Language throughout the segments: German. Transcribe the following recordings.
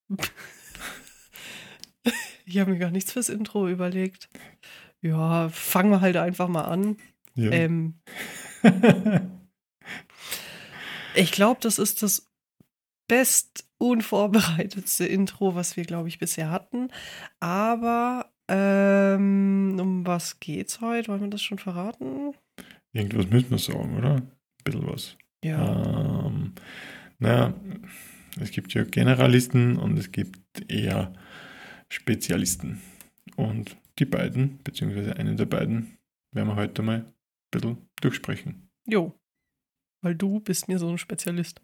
Ich habe mir gar nichts fürs Intro überlegt. Ja, fangen wir halt einfach mal an. Ja. Ich glaube, das ist das best unvorbereitetste Intro, was wir, glaube ich, bisher hatten. Aber um was geht's heute? Wollen wir das schon verraten? Irgendwas müssen wir sagen, oder? Ein bisschen was. Ja. Naja, es gibt ja Generalisten und es gibt eher Spezialisten. Und die beiden, beziehungsweise einen der beiden, werden wir heute mal ein bisschen durchsprechen. Jo. Weil du bist mir so ein Spezialist.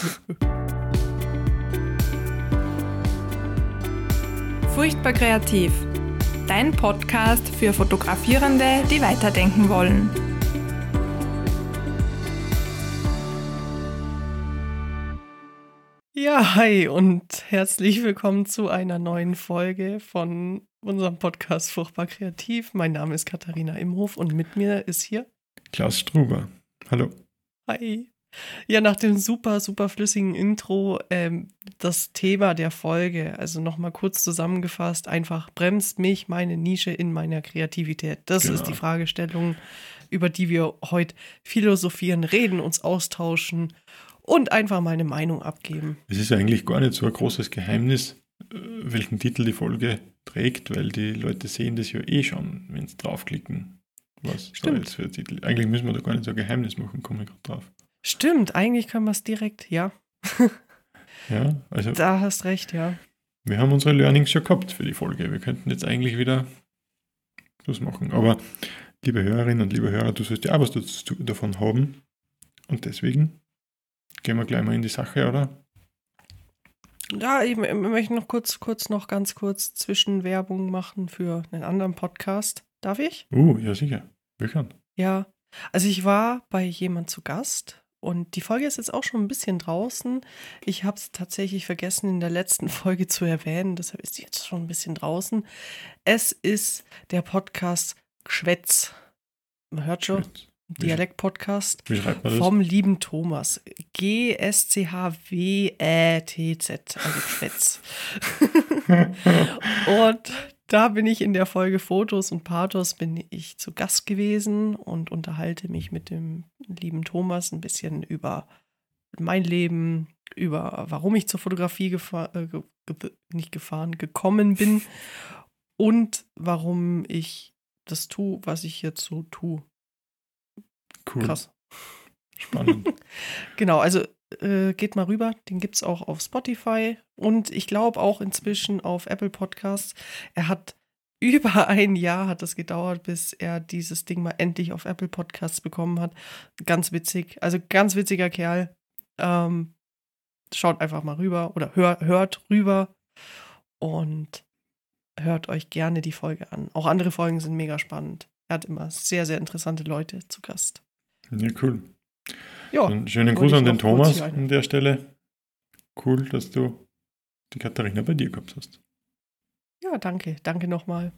Furchtbar kreativ. Dein Podcast für Fotografierende, die weiterdenken wollen. Ja, hi und herzlich willkommen zu einer neuen Folge von unserem Podcast Furchtbar kreativ. Mein Name ist Katharina Imhof und mit mir ist hier Klaus Struber. Hallo. Hi. Ja, nach dem super flüssigen Intro, das Thema der Folge, also nochmal kurz zusammengefasst, einfach bremst mich meine Nische in meiner Kreativität. Das ist die Fragestellung, über die wir heute philosophieren, reden, uns austauschen und einfach meine Meinung abgeben. Es ist eigentlich gar nicht so ein großes Geheimnis, welchen Titel die Folge trägt, weil die Leute sehen das ja eh schon, wenn sie draufklicken. Was da jetzt für Titel. Eigentlich müssen wir da gar nicht so ein Geheimnis machen, komme ich gerade drauf. Stimmt, eigentlich können wir es direkt, ja. Ja, also. Da hast recht, ja. Wir haben unsere Learnings schon gehabt für die Folge. Wir könnten jetzt eigentlich wieder das machen. Aber, liebe Hörerinnen und liebe Hörer, du sollst ja auch was davon haben. Und deswegen gehen wir gleich mal in die Sache, oder? Ja, ich möchte noch ganz kurz Zwischenwerbung machen für einen anderen Podcast. Darf ich? Ja, sicher. Wir können. Ja, also ich war bei jemand zu Gast und die Folge ist jetzt auch schon ein bisschen draußen. Ich habe es tatsächlich vergessen in der letzten Folge zu erwähnen, deshalb ist sie jetzt schon ein bisschen draußen. Es ist der Podcast Gschwätz. Man hört schon, Dialekt-Podcast vom lieben Thomas. G-S-C-H-W-E-T-Z, also Gschwätz. Und da bin ich in der Folge Fotos und Pathos bin ich zu Gast gewesen und unterhalte mich mit dem lieben Thomas ein bisschen über mein Leben, über warum ich zur Fotografie gekommen bin und warum ich das tue, was ich jetzt so tue. Cool. Krass. Spannend. Genau, also geht mal rüber, den gibt es auch auf Spotify und ich glaube auch inzwischen auf Apple Podcasts. Er hat über ein Jahr hat es gedauert, bis er dieses Ding mal endlich auf Apple Podcasts bekommen hat. Ganz witzig, also ganz witziger Kerl. Schaut einfach mal rüber oder hört rüber und hört euch gerne die Folge an. Auch andere Folgen sind mega spannend. Er hat immer sehr, sehr interessante Leute zu Gast. Ja, cool. Ja, einen schönen Gruß an den Thomas an der Stelle. Cool, dass du die Katharina bei dir gehabt hast. Ja, danke nochmal.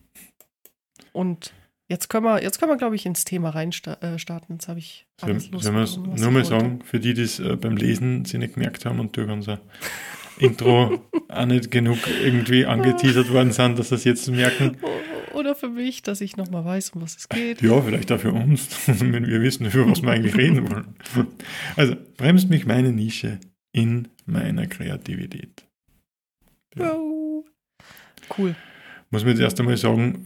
Und jetzt können wir, glaube ich, ins Thema reinstarten. Jetzt habe ich alles Sollen wir es nur mal sagen, für die, die es beim Lesen sie nicht gemerkt haben und durch unser Intro auch nicht genug irgendwie angeteasert worden sind, dass sie es jetzt merken. Oder für mich, dass ich nochmal weiß, um was es geht. Ja, vielleicht auch für uns, wenn wir wissen, über was wir eigentlich reden wollen. Also, bremst mich meine Nische in meiner Kreativität. Ja. Cool. Muss man jetzt erst einmal sagen,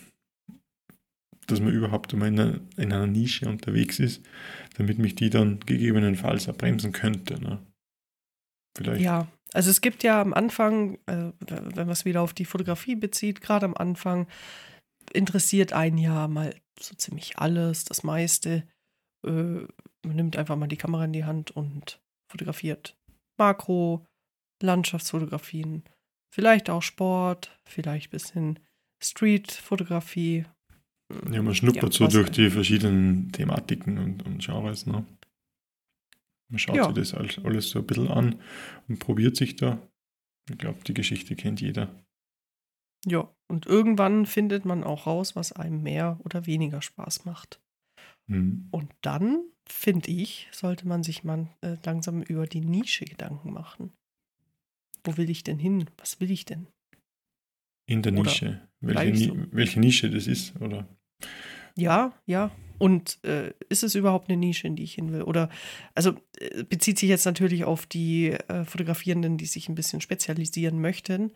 dass man überhaupt einmal in einer Nische unterwegs ist, damit mich die dann gegebenenfalls auch bremsen könnte. Ne? Vielleicht. Ja, also es gibt ja am Anfang, wenn man es wieder auf die Fotografie bezieht, gerade am Anfang interessiert einen ja mal so ziemlich alles, das meiste. Man nimmt einfach mal die Kamera in die Hand und fotografiert Makro, Landschaftsfotografien, vielleicht auch Sport, vielleicht ein bisschen Street-Fotografie. Ja, man schnuppert so durch die verschiedenen Thematiken und Genres. Ne? Man schaut sich das alles so ein bisschen an und probiert sich da. Ich glaube, die Geschichte kennt jeder. Ja, und irgendwann findet man auch raus, was einem mehr oder weniger Spaß macht. Mhm. Und dann, finde ich, sollte man sich langsam über die Nische Gedanken machen. wo will ich denn hin? Was will ich denn? In der Oder Nische. bleib ich so? Welche Nische das ist, oder? Ja, ja. Und ist es überhaupt eine Nische, in die ich hin will? Oder, also bezieht sich jetzt natürlich auf die Fotografierenden, die sich ein bisschen spezialisieren möchten.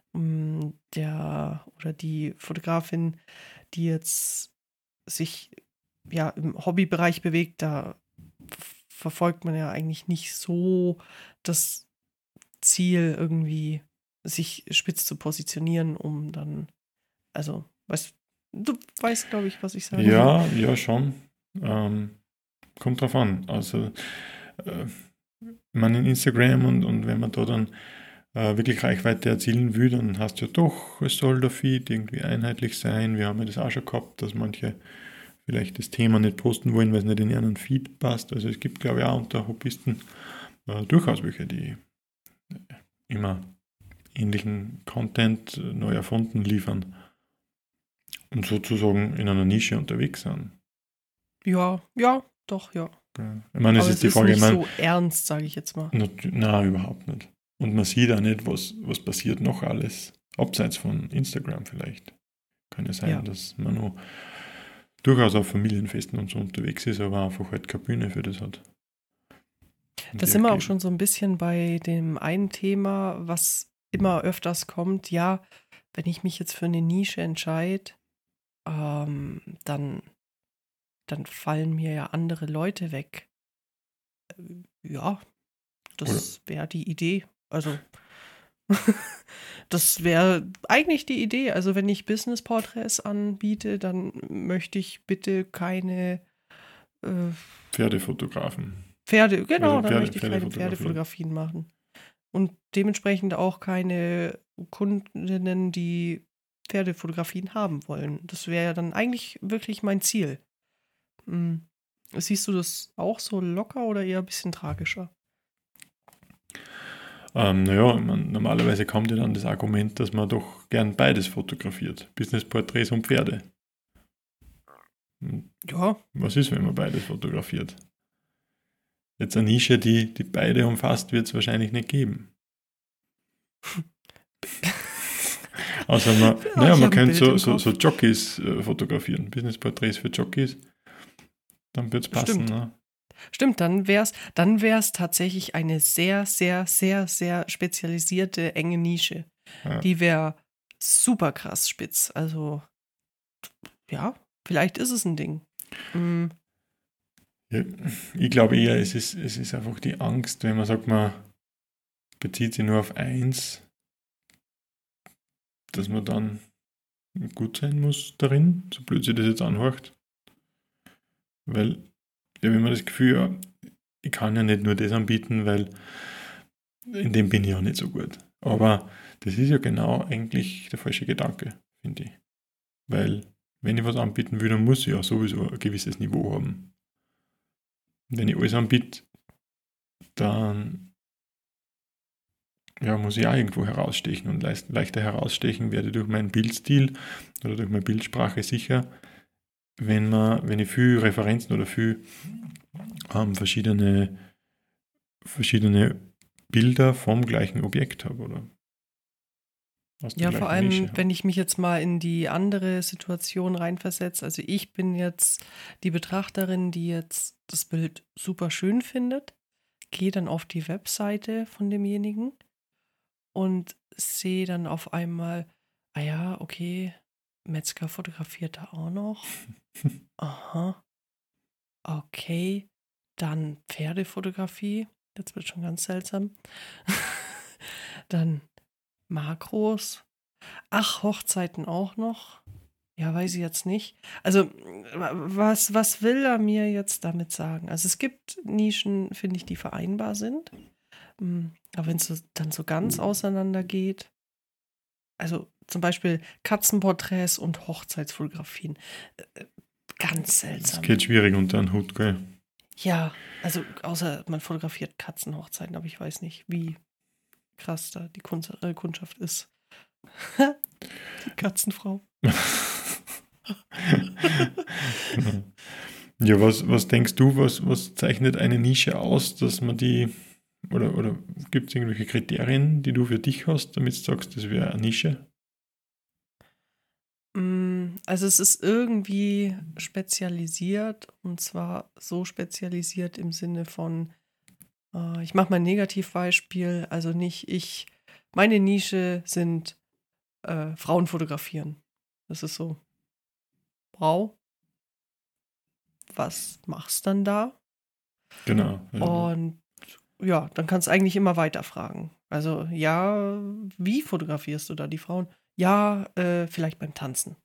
Oder die Fotografin, die jetzt sich ja im Hobbybereich bewegt, da verfolgt man ja eigentlich nicht so das Ziel, irgendwie sich spitz zu positionieren, um dann, also, du weißt, glaube ich, was ich sage. Ja, schon. Kommt drauf an. Also, man in Instagram und wenn man da dann wirklich Reichweite erzielen will, dann hast du ja doch, es soll der Feed irgendwie einheitlich sein. Wir haben ja das auch schon gehabt, dass manche vielleicht das Thema nicht posten wollen, weil es nicht in ihren Feed passt. Also es gibt, glaube ich, auch unter Hobbyisten durchaus welche, die immer ähnlichen Content neu erfunden liefern und sozusagen in einer Nische unterwegs sind. Ja, doch, ja. Ja. Ich meine, es Aber ist die es Frage, ist nicht so ernst, sage ich jetzt mal. Nein, überhaupt nicht. Und man sieht auch nicht, was passiert noch alles, abseits von Instagram vielleicht. Kann ja sein, Ja. dass man noch durchaus auf Familienfesten und so unterwegs ist, aber einfach halt keine Bühne für das hat. Und Da die sind wir auch ergeben. schon so ein bisschen bei dem einen Thema, was immer öfters kommt. Ja, wenn ich mich jetzt für eine Nische entscheide, dann fallen mir ja andere Leute weg. Ja, das wäre die Idee. Also, das wäre eigentlich die Idee. Also, wenn ich Business-Porträts anbiete, dann möchte ich bitte keine Pferdefotografen. Pferde, genau, Also dann möchte ich keine Pferdefotografie. Pferdefotografien machen. Und dementsprechend auch keine Kundinnen, die Pferdefotografien haben wollen. Das wäre ja dann eigentlich wirklich mein Ziel. Siehst du das auch so locker oder eher ein bisschen tragischer? Naja, normalerweise kommt ja dann das Argument, dass man doch gern beides fotografiert. Businessporträts und Pferde. Ja, Was ist, wenn man beides fotografiert? Jetzt eine Nische, die beide umfasst, wird es wahrscheinlich nicht geben. Also man ich hab ein könnte Bild im so Kopf. Jockeys fotografieren, Businessporträts für Jockeys. Dann wird es passen. Stimmt. Ne? Stimmt, dann wär's tatsächlich eine sehr, sehr, sehr, sehr spezialisierte, enge Nische. Ja. Die wäre super krass spitz. Also, ja, vielleicht ist es ein Ding. Ja, ich glaube eher, es ist einfach die Angst, wenn man sagt, man bezieht sich nur auf eins, dass man dann gut sein muss darin, so blöd sich das jetzt anhört. Weil, ich habe immer das Gefühl, ja, ich kann ja nicht nur das anbieten, weil in dem bin ich ja nicht so gut. Aber das ist ja genau eigentlich der falsche Gedanke, finde ich. Weil, wenn ich was anbieten will, dann muss ich ja sowieso ein gewisses Niveau haben. Wenn ich alles anbiete, dann muss ich auch irgendwo herausstechen und leichter herausstechen werde ich durch meinen Bildstil oder durch meine Bildsprache sicher, wenn ich viel Referenzen oder viel verschiedene Bilder vom gleichen Objekt habe oder aus der Ja, gleichen vor allem, Nische habe. wenn ich mich jetzt mal in die andere Situation reinversetze. Also ich bin jetzt die Betrachterin, die jetzt das Bild super schön findet, gehe dann auf die Webseite von demjenigen und sehe dann auf einmal, ah ja, okay, Metzger fotografiert da auch noch. Aha. Okay, dann Pferdefotografie. Jetzt wird schon ganz seltsam. Dann Makros. Ach, Hochzeiten auch noch. Ja, weiß ich jetzt nicht. Also, was will er mir jetzt damit sagen? Also, es gibt Nischen, finde ich, die vereinbar sind. Aber wenn es dann so ganz auseinander geht, also zum Beispiel Katzenporträts und Hochzeitsfotografien, ganz Das seltsam. geht schwierig unter den Hut, gell? Ja, also außer man fotografiert Katzenhochzeiten, aber ich weiß nicht, wie krass da die Kundschaft ist. Die Katzenfrau. Ja, was denkst du, was zeichnet eine Nische aus, dass man die oder gibt es irgendwelche Kriterien, die du für dich hast, damit du sagst, das wäre eine Nische? Also es ist irgendwie spezialisiert und zwar so spezialisiert im Sinne von, ich mache mal ein Negativbeispiel, also nicht meine Nische sind Frauen fotografieren. Das ist so, Frau, was machst dann da? Genau. Und ja, dann kannst du eigentlich immer weiter fragen. Also ja, wie fotografierst du da die Frauen? Ja, vielleicht beim Tanzen.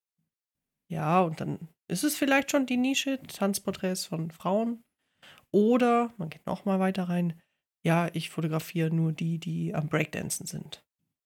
Ja, und dann ist es vielleicht schon die Nische, Tanzporträts von Frauen. Oder man geht noch mal weiter rein. Ja, ich fotografiere nur die, die am Breakdancen sind.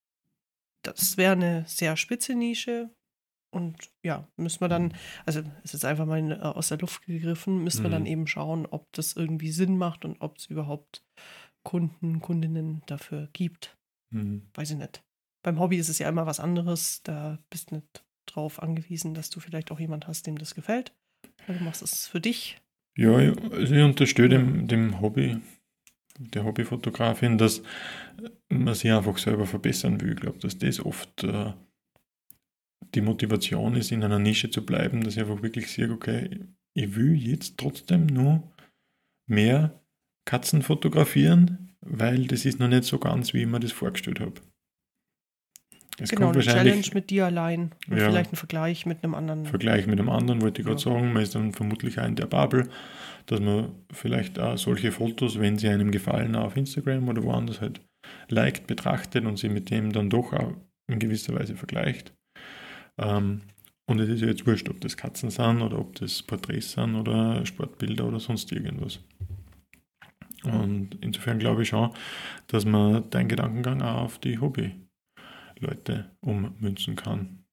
Das wäre eine sehr spitze Nische. Und ja, müssen wir dann, also es ist einfach mal aus der Luft gegriffen, müssen wir dann eben schauen, ob das irgendwie Sinn macht und ob es überhaupt Kunden, Kundinnen dafür gibt. Weiß ich nicht. Beim Hobby ist es ja immer was anderes. Da bist du nicht drauf angewiesen, dass du vielleicht auch jemand hast, dem das gefällt. Weil du machst es für dich. Ja, also ich unterstütze dem Hobby, der Hobbyfotografin, dass man sich einfach selber verbessern will. Ich glaube, dass das oft die Motivation ist, in einer Nische zu bleiben, dass ich einfach wirklich sehe, okay, ich will jetzt trotzdem nur mehr Katzen fotografieren, weil das ist noch nicht so ganz, wie ich mir das vorgestellt habe. Genau, eine Challenge mit dir allein und Ja, vielleicht ein Vergleich mit einem anderen. Vergleich mit einem anderen, wollte ich gerade sagen, man ist dann vermutlich auch in der Bubble, dass man vielleicht auch solche Fotos, wenn sie einem gefallen, auch auf Instagram oder woanders halt liked, betrachtet und sie mit dem dann doch auch in gewisser Weise vergleicht. Und es ist ja jetzt wurscht, ob das Katzen sind oder ob das Porträts sind oder Sportbilder oder sonst irgendwas. Und insofern glaube ich schon, dass man deinen Gedankengang auch auf die Hobbyleute ummünzen kann.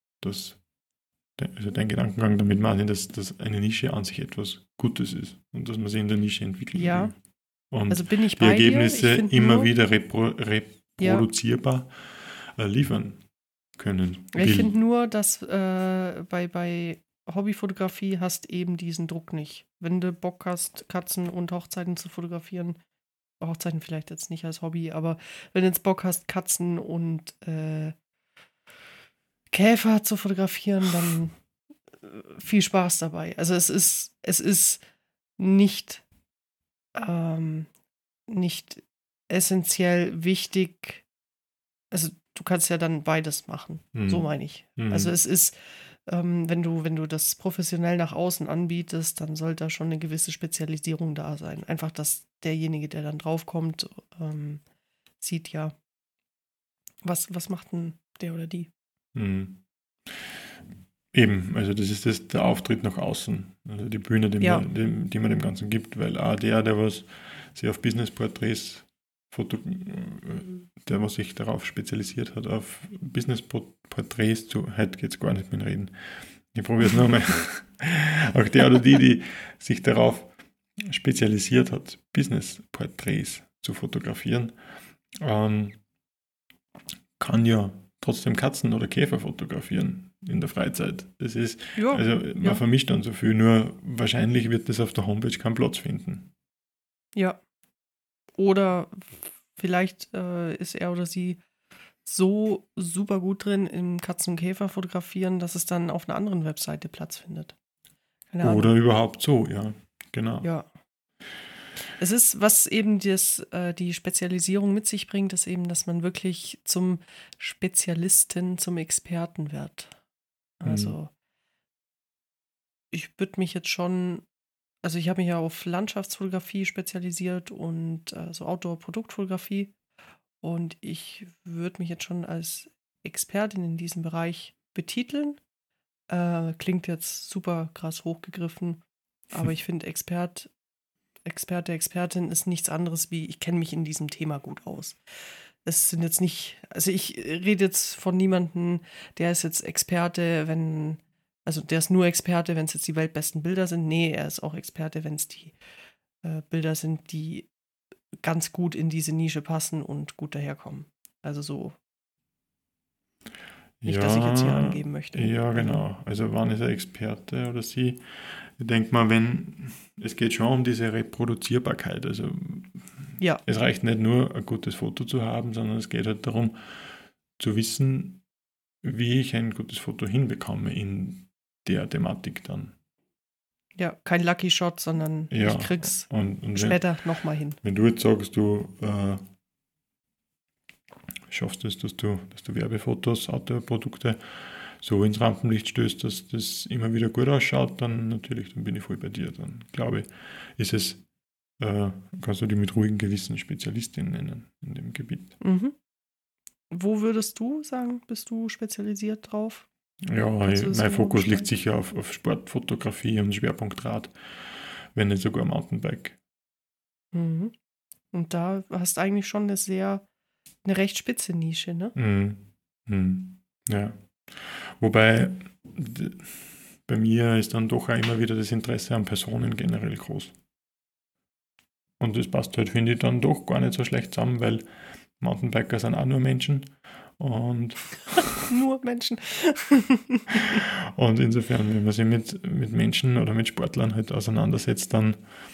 Also dein Gedankengang damit meine ich, dass eine Nische an sich etwas Gutes ist und dass man sie in der Nische entwickeln will. Und also bin ich die bei Ergebnisse dir. immer wieder reproduzierbar liefern können. Ich finde nur, dass bei Hobbyfotografie hast eben diesen Druck nicht. Wenn du Bock hast, Katzen und Hochzeiten zu fotografieren, Hochzeiten vielleicht jetzt nicht als Hobby, aber wenn du jetzt Bock hast, Katzen und Käfer zu fotografieren, dann viel Spaß dabei. Also es ist nicht essentiell wichtig. Also du kannst ja dann beides machen. So meine ich. Also es ist, wenn du das professionell nach außen anbietest, dann sollte da schon eine gewisse Spezialisierung da sein. Einfach, dass derjenige, der dann draufkommt, sieht ja, was macht denn der oder die? Eben, also das ist der Auftritt nach außen, also die Bühne, die man dem Ganzen gibt, weil auch der was sich auf Business-Porträts der was sich darauf spezialisiert hat, auf Business-Porträts heute geht es gar nicht mehr reden. Ich probiere es nochmal. Auch der oder die sich darauf spezialisiert hat, Business-Porträts zu fotografieren, kann ja trotzdem Katzen oder Käfer fotografieren in der Freizeit. Das ist, man vermischt dann so viel, nur wahrscheinlich wird das auf der Homepage keinen Platz finden. Ja. Oder vielleicht ist er oder sie so super gut drin im Katzen- und Käfer fotografieren, dass es dann auf einer anderen Webseite Platz findet. Keine Ahnung. Oder überhaupt so, ja, genau. Ja. Es ist, was eben die Spezialisierung mit sich bringt, ist eben, dass man wirklich zum Spezialisten, zum Experten wird. Also ich würde mich jetzt schon, also ich habe mich ja auf Landschaftsfotografie spezialisiert und so Outdoor-Produktfotografie und ich würde mich jetzt schon als Expertin in diesem Bereich betiteln. Klingt jetzt super krass hochgegriffen, aber ich finde Experte, Expertin ist nichts anderes wie, ich kenne mich in diesem Thema gut aus. Es sind jetzt nicht, also ich rede jetzt von niemandem, der ist jetzt Experte, also der ist nur Experte, wenn es jetzt die weltbesten Bilder sind. Nee, er ist auch Experte, wenn es die Bilder sind, die ganz gut in diese Nische passen und gut daherkommen. Also so. Nicht, dass ich jetzt hier angeben möchte. Ja, genau. Also wann ist er Experte oder sie? Ich denke mal, es geht schon um diese Reproduzierbarkeit. Also Ja. Es reicht nicht nur, ein gutes Foto zu haben, sondern es geht halt darum, zu wissen, wie ich ein gutes Foto hinbekomme in der Thematik dann. Ja, kein Lucky Shot, sondern Ja, ich krieg's und später nochmal hin. wenn du jetzt sagst, du schaffst es, dass du Werbefotos, Outdoor-Produkte so ins Rampenlicht stößt, dass das immer wieder gut ausschaut, dann bin ich voll bei dir. Dann glaube ich, kannst du dich mit ruhigem Gewissen Spezialistin nennen in dem Gebiet. Mhm. Wo würdest du sagen, bist du spezialisiert drauf? Ja, Kannst du das mein genau Fokus liegt beschreiben? sicher auf Sportfotografie und Schwerpunkt Rad, wenn nicht sogar Mountainbike. Mhm. Und da hast du eigentlich schon eine recht spitze Nische, ne? Ja. Wobei bei mir ist dann doch auch immer wieder das Interesse an Personen generell groß. Und das passt halt, finde ich, dann doch gar nicht so schlecht zusammen, weil Mountainbiker sind auch nur Menschen. Und Nur Menschen. Und insofern, wenn man sich mit Menschen oder mit Sportlern halt auseinandersetzt, dann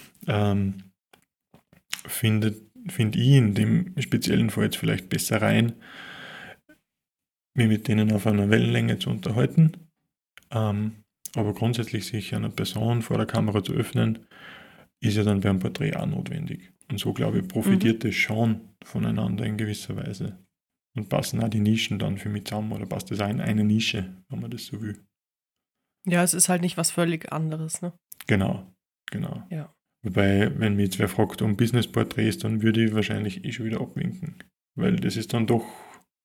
finde ich in dem speziellen Fall jetzt vielleicht besser rein, mich mit denen auf einer Wellenlänge zu unterhalten. Aber grundsätzlich sich einer Person vor der Kamera zu öffnen, ist ja dann bei einem Porträt auch notwendig. Und so, glaube ich, profitiert es schon voneinander in gewisser Weise. Und passen auch die Nischen dann für mich zusammen oder passt das auch in eine Nische, wenn man das so will. Ja, es ist halt nicht was völlig anderes, ne? Genau. Ja. Wobei, wenn mich jetzt wer fragt um Business-Porträts, dann würde ich wahrscheinlich schon wieder abwinken. Weil das ist dann doch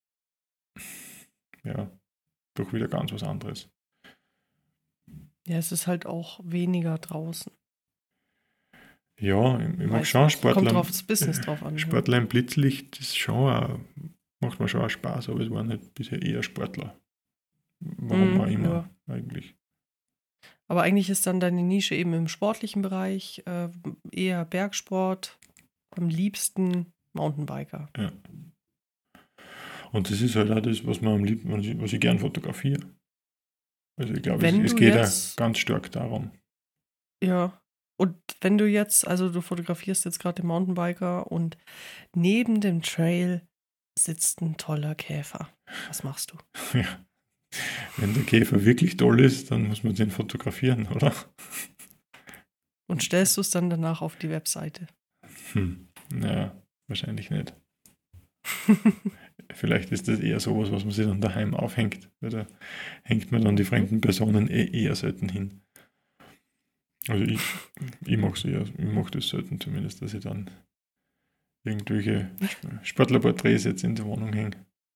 wieder ganz was anderes. Ja, es ist halt auch weniger draußen. Ja, ich mag schon Sportler. Kommt drauf das Business drauf an. Sportler im Blitzlicht, das ist schon macht mir schon auch Spaß, aber es waren nicht bisher eher Sportler. Warum auch immer, eigentlich. Aber eigentlich ist dann deine Nische eben im sportlichen Bereich, eher Bergsport, am liebsten Mountainbiker. Ja. Und das ist halt auch das, was ich gern fotografiere. Also ich glaube, es geht ja ganz stark darum. Ja, und wenn du jetzt, also du fotografierst jetzt gerade den Mountainbiker und neben dem Trail sitzt ein toller Käfer. Was machst du? Ja. Wenn der Käfer wirklich toll ist, dann muss man den fotografieren, oder? Und stellst du es dann danach auf die Webseite? Naja, wahrscheinlich nicht. Vielleicht ist das eher sowas, was man sich dann daheim aufhängt, weil da hängt man dann die fremden Personen eher selten hin. Also ich mache das selten zumindest, dass ich dann irgendwelche Sportlerporträts jetzt in der Wohnung hänge.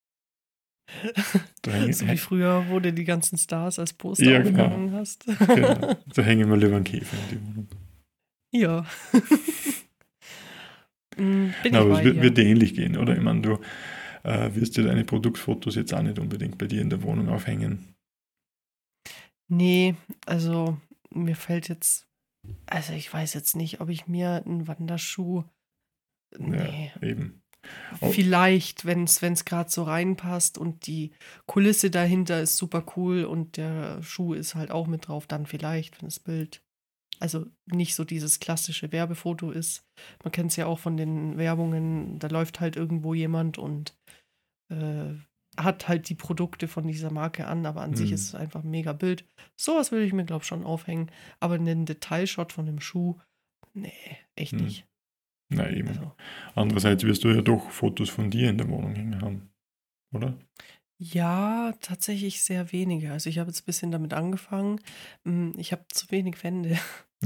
So wie früher, wo du die ganzen Stars als Poster aufgehangen hast. Genau. Da hängen wir lieber einen Käfer in die Wohnung. Ja. Aber es wird dir ähnlich gehen, oder? Ich meine, du wirst dir deine Produktfotos jetzt auch nicht unbedingt bei dir in der Wohnung aufhängen. Nee, also mir fällt jetzt, also ich weiß jetzt nicht, ob ich mir einen Wanderschuh, nee. Ja, eben. Vielleicht, wenn es gerade so reinpasst und die Kulisse dahinter ist super cool und der Schuh ist halt auch mit drauf, dann vielleicht, wenn das Bild, also nicht so dieses klassische Werbefoto ist. Man kennt es ja auch von den Werbungen, da läuft halt irgendwo jemand und hat halt die Produkte von dieser Marke an, aber an sich ist es einfach ein mega Bild. Sowas würde ich mir, glaube ich, schon aufhängen. Aber einen Detailshot von dem Schuh, nee, echt nicht. Na eben. Also. Andererseits wirst du ja doch Fotos von dir in der Wohnung hängen haben, oder? Ja, tatsächlich sehr wenige. Also ich habe jetzt ein bisschen damit angefangen. Ich habe zu wenig Wände.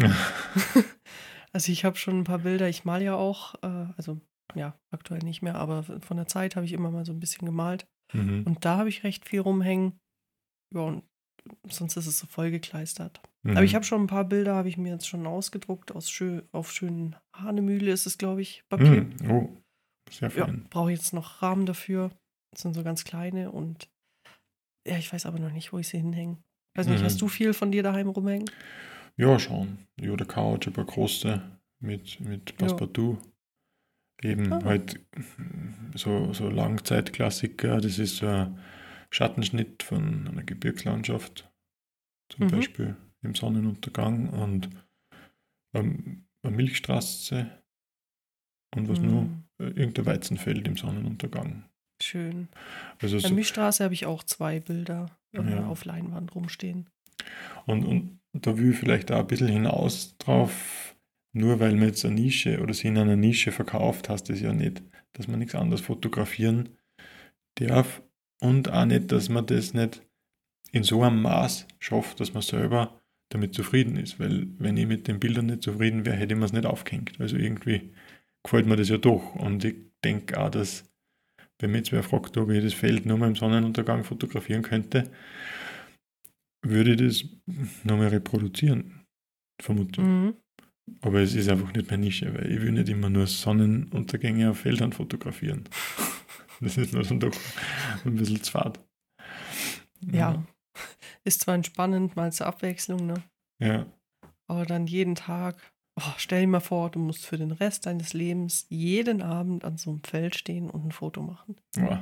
Also ich habe schon ein paar Bilder. Ich male ja auch, also ja, aktuell nicht mehr, aber von der Zeit habe ich immer mal so ein bisschen gemalt. Und da habe ich recht viel rumhängen. Ja, und sonst ist es so vollgekleistert. Aber ich habe schon ein paar Bilder, habe ich mir jetzt schon ausgedruckt, auf schönen Hanemühle ist es, glaube ich, Papier. Oh, sehr fein. Ja, brauche jetzt noch Rahmen dafür. Das sind so ganz kleine und ja, ich weiß aber noch nicht, wo ich sie hinhänge. Weiß nicht, hast du viel von dir daheim rumhängen? Ja, schon. Ja, der Couch, ein paar große mit Passepartout. Ja. Eben halt so Langzeitklassiker, das ist so ein Schattenschnitt von einer Gebirgslandschaft, zum Beispiel im Sonnenuntergang und eine Milchstraße und was nur irgendein Weizenfeld im Sonnenuntergang. Schön. Also Bei so, Milchstraße habe ich auch 2 Bilder Ja. auf Leinwand rumstehen. und da will ich vielleicht auch ein bisschen hinaus drauf, nur weil man jetzt eine Nische oder sie in einer Nische verkauft, heißt das ja nicht, dass man nichts anderes fotografieren darf und auch nicht, dass man das nicht in so einem Maß schafft, dass man selber damit zufrieden ist. Weil wenn ich mit den Bildern nicht zufrieden wäre, hätte ich mir es nicht aufgehängt. Also irgendwie gefällt mir das ja doch. Und ich denke auch, dass, wenn mich jetzt wer fragt, ob ich das Feld nur mal im Sonnenuntergang fotografieren könnte, würde ich das nur mal reproduzieren, vermutlich. Mhm. Aber es ist einfach nicht meine Nische, weil ich will nicht immer nur Sonnenuntergänge auf Feldern fotografieren. Das ist nur dann doch ein bisschen zu fad. Ja. Ist zwar entspannend, mal zur Abwechslung, ne? Ja. Aber dann jeden Tag, stell dir mal vor, du musst für den Rest deines Lebens jeden Abend an so einem Feld stehen und ein Foto machen. Wow.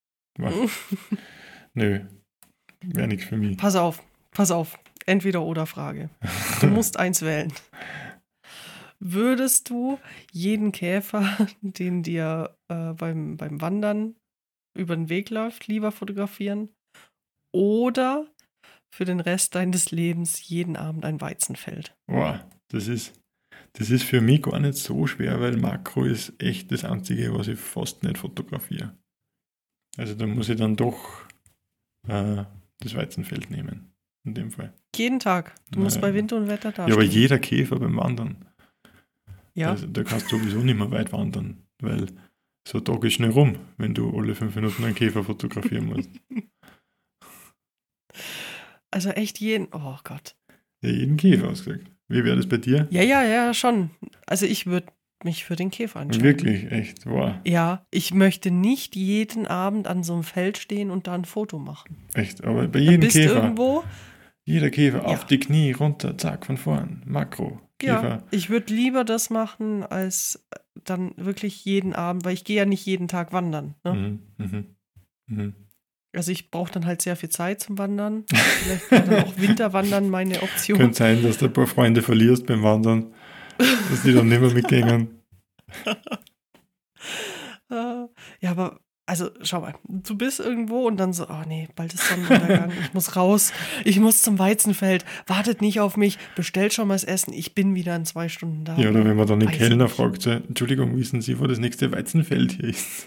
Nö, wäre nichts für mich. Pass auf. Entweder oder Frage. Du musst eins wählen. Würdest du jeden Käfer, den dir beim Wandern über den Weg läuft, lieber fotografieren? Oder für den Rest deines Lebens jeden Abend ein Weizenfeld? Wow, das ist für mich gar nicht so schwer, weil Makro ist echt das Einzige, was ich fast nicht fotografiere. Also da muss ich dann doch das Weizenfeld nehmen, in dem Fall. Jeden Tag. Du musst bei Wind und Wetter da Ja, aber stehen. jeder Käfer beim Wandern. Ja. Also, da kannst du sowieso nicht mehr weit wandern, weil so ein Tag ist schnell rum, wenn du alle 5 Minuten einen Käfer fotografieren musst. Also echt jeden. Oh Gott. Ja, jeden Käfer ausgesagt. Wie wäre das bei dir? Ja, schon. Also ich würde mich für den Käfer entscheiden. Wirklich, echt, wow. Ja, ich möchte nicht jeden Abend an so einem Feld stehen und da ein Foto machen. Echt, aber bei Dann jedem bist du Käfer, irgendwo. jeder Käfer Ja. auf die Knie, runter, zack, von vorn, Makro, Käfer. Ja, ich würde lieber das machen, als dann wirklich jeden Abend, weil ich gehe ja nicht jeden Tag wandern. Ne? Mhm. Also ich brauche dann halt sehr viel Zeit zum Wandern. Vielleicht wäre dann auch Winterwandern meine Option. Könnte sein, dass du ein paar Freunde verlierst beim Wandern, dass die dann nicht mehr mitgehen. Ja, aber also schau mal, du bist irgendwo und dann so, oh nee, bald ist Sonnenuntergang, ich muss raus, ich muss zum Weizenfeld, wartet nicht auf mich, bestellt schon mal das Essen, ich bin wieder in 2 Stunden da. Ja, oder wenn man dann den Weiß Kellner nicht. fragt, so, Entschuldigung, wissen Sie, wo das nächste Weizenfeld hier ist?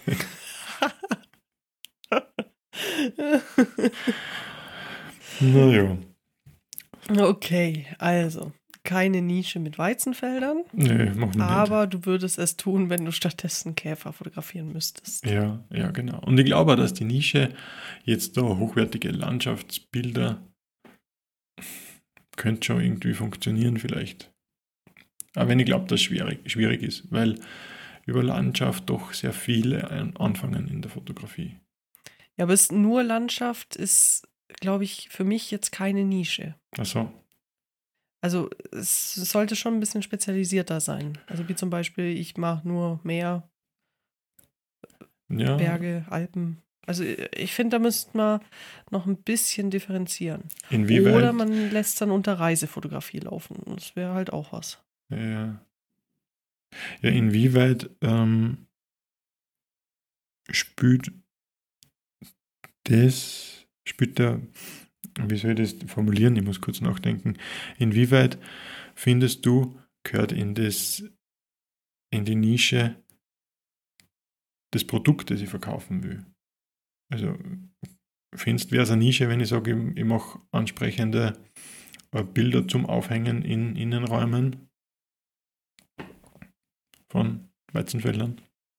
Naja, Okay, also keine Nische mit Weizenfeldern, nee, machen wir nicht. aber du würdest es tun, wenn du stattdessen Käfer fotografieren müsstest. Ja, genau. Und ich glaube auch, dass die Nische jetzt da hochwertige Landschaftsbilder könnte schon irgendwie funktionieren vielleicht. Aber wenn ich glaube, dass es schwierig ist, weil über Landschaft doch sehr viele anfangen in der Fotografie. Ja, aber nur Landschaft ist, glaube ich, für mich jetzt keine Nische. Ach so. Also es sollte schon ein bisschen spezialisierter sein. Also wie zum Beispiel, ich mache nur Meer, Ja, Berge, Alpen. Also ich finde, da müsste man noch ein bisschen differenzieren. inwieweit? Oder man lässt dann unter Reisefotografie laufen. Das wäre halt auch was. Ja, inwieweit spielt der, wie soll ich das formulieren? Ich muss kurz nachdenken. Inwieweit findest du, gehört in die Nische das Produkt, das ich verkaufen will? Also, findest du, wäre es eine Nische, wenn ich sage, ich mache ansprechende Bilder zum Aufhängen in Innenräumen von Weizenfeldern?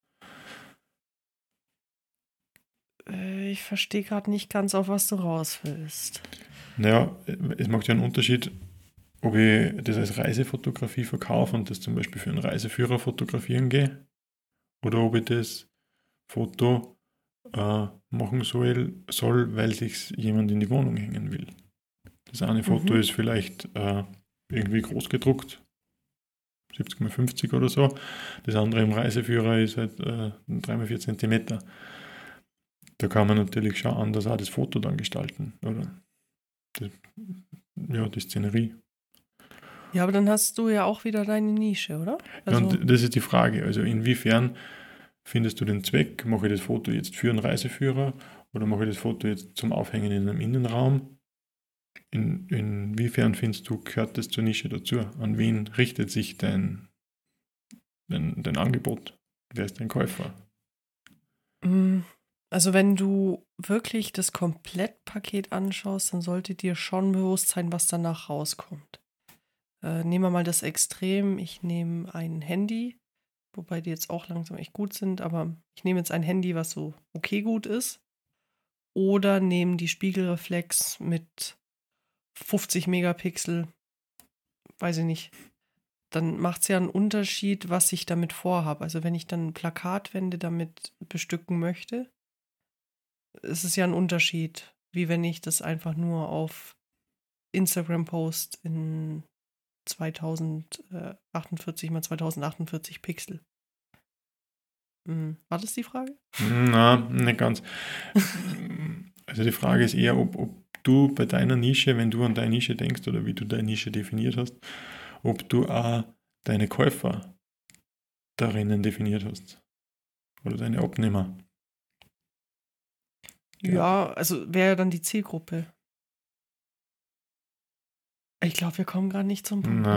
Ich verstehe gerade nicht ganz, auf was du raus willst. Naja, es macht ja einen Unterschied, ob ich das als Reisefotografie verkaufe und das zum Beispiel für einen Reiseführer fotografieren gehe oder ob ich das Foto machen soll, weil sich jemand in die Wohnung hängen will. Das eine Foto ist vielleicht irgendwie groß gedruckt, 70x50 oder so. Das andere im Reiseführer ist halt 3x4 cm. Da kann man natürlich schon anders auch das Foto dann gestalten, oder? Die Szenerie. Ja, aber dann hast du ja auch wieder deine Nische, oder? Ja, und das ist die Frage. Also inwiefern findest du den Zweck? Mache ich das Foto jetzt für einen Reiseführer oder mache ich das Foto jetzt zum Aufhängen in einem Innenraum? Inwiefern findest du, gehört das zur Nische dazu? An wen richtet sich dein Angebot? Wer ist dein Käufer? Also wenn du wirklich das Komplettpaket anschaust, dann sollte dir schon bewusst sein, was danach rauskommt. Nehmen wir mal das Extrem. Ich nehme ein Handy, wobei die jetzt auch langsam echt gut sind, aber ich nehme jetzt ein Handy, was so okay gut ist. Oder nehme die Spiegelreflex mit 50 Megapixel, weiß ich nicht. Dann macht es ja einen Unterschied, was ich damit vorhabe. Also wenn ich dann Plakatwände damit bestücken möchte, ist es ja ein Unterschied, wie wenn ich das einfach nur auf Instagram post in 2048 mal 2048 Pixel. War das die Frage? Na, nicht ganz. Also die Frage ist eher, ob du bei deiner Nische, wenn du an deine Nische denkst oder wie du deine Nische definiert hast, ob du auch deine Käufer darinnen definiert hast. Oder deine Abnehmer. Ja, also wäre ja dann die Zielgruppe. Ich glaube, wir kommen gerade nicht zum Punkt.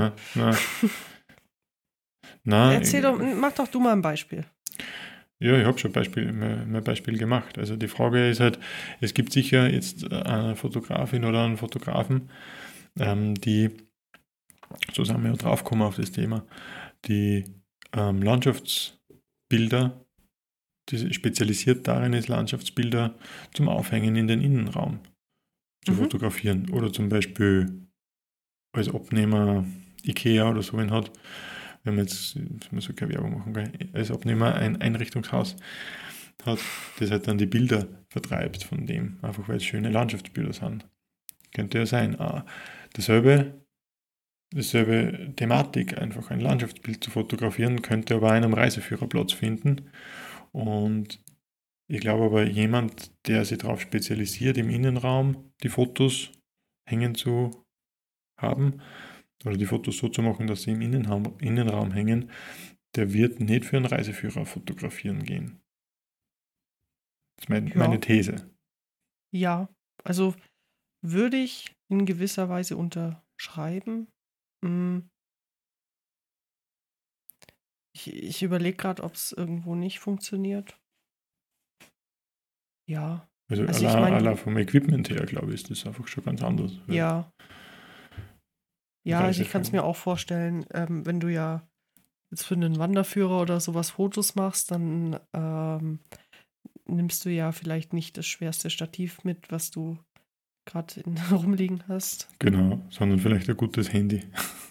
Na, Mach doch du mal ein Beispiel. Ja, ich habe schon mein Beispiel gemacht. Also die Frage ist halt, es gibt sicher jetzt eine Fotografin oder einen Fotografen, die, so sind wir ja draufgekommen auf das Thema, die Landschaftsbilder, die spezialisiert darin ist, Landschaftsbilder zum Aufhängen in den Innenraum zu fotografieren. Oder zum Beispiel als Abnehmer Ikea oder so einen hat, wenn man jetzt, man soll keine Werbung machen, als Abnehmer ein Einrichtungshaus hat, das halt dann die Bilder vertreibt von dem, einfach weil es schöne Landschaftsbilder sind. Könnte ja sein. Dasselbe Thematik, einfach ein Landschaftsbild zu fotografieren, könnte aber einem Reiseführer Platz finden. Und ich glaube aber, jemand, der sich darauf spezialisiert, im Innenraum die Fotos hängen zu haben, oder die Fotos so zu machen, dass sie im Innenraum hängen, der wird nicht für einen Reiseführer fotografieren gehen. Das ist meine These. Ja, also würde ich in gewisser Weise unterschreiben. Ich überlege gerade, ob es irgendwo nicht funktioniert. Ja. Also vom Equipment her, glaube ich, ist das einfach schon ganz anders. Ja. Ja, also ich kann es mir auch vorstellen, wenn du ja jetzt für einen Wanderführer oder sowas Fotos machst, dann nimmst du ja vielleicht nicht das schwerste Stativ mit, was du gerade rumliegen hast. Genau, sondern vielleicht ein gutes Handy.